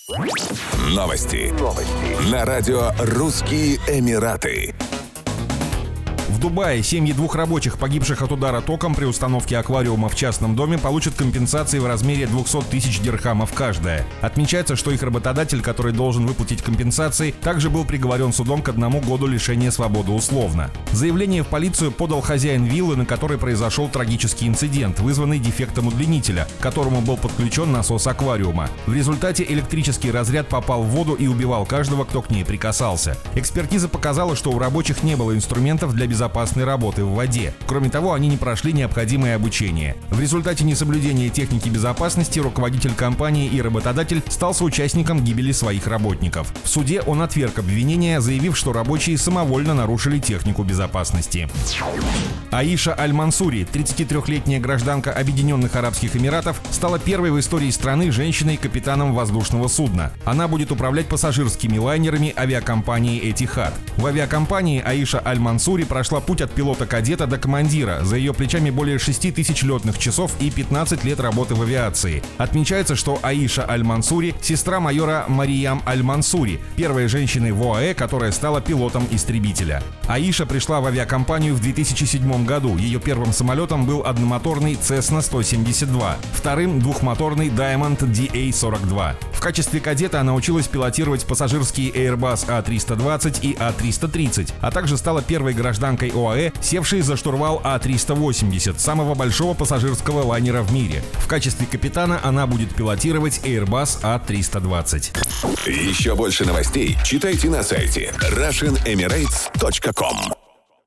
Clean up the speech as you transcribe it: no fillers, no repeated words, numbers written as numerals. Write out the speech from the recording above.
Новости. На радио «Русские Эмираты». В Дубае семьи 2 рабочих, погибших от удара током при установке аквариума в частном доме, получат компенсации в размере 200 тысяч дирхамов каждая. Отмечается, что их работодатель, который должен выплатить компенсации, также был приговорен судом к 1 году лишения свободы условно. Заявление в полицию подал хозяин виллы, на которой произошел трагический инцидент, вызванный дефектом удлинителя, к которому был подключен насос аквариума. В результате электрический разряд попал в воду и убивал каждого, кто к ней прикасался. Экспертиза показала, что у рабочих не было инструментов для безопасной работы в воде. Кроме того, они не прошли необходимое обучение. В результате несоблюдения техники безопасности руководитель компании и работодатель стал соучастником гибели своих работников. В суде он отверг обвинения, заявив, что рабочие самовольно нарушили технику безопасности. Аиша Аль-Мансури, 33-летняя гражданка Объединенных Арабских Эмиратов, стала первой в истории страны женщиной-капитаном воздушного судна. Она будет управлять пассажирскими лайнерами авиакомпании «Этихад». В авиакомпании Аиша Аль-Мансури прошла путь от пилота-кадета до командира. За ее плечами более 6 тысяч летных часов и 15 лет работы в авиации. Отмечается, что Аиша Аль-Мансури – сестра майора Мариям Аль-Мансури, первой женщины в ОАЭ, которая стала пилотом истребителя. Аиша пришла в авиакомпанию в 2007 году. Ее первым самолетом был одномоторный Cessna 172, вторым – двухмоторный Diamond DA-42. В качестве кадета она училась пилотировать пассажирские Airbus A320 и A330, а также стала первой гражданкой ОАЭ, севшей за штурвал А380, самого большого пассажирского лайнера в мире. В качестве капитана она будет пилотировать Airbus A320. Еще больше новостей читайте на сайте RussianEmirates.com.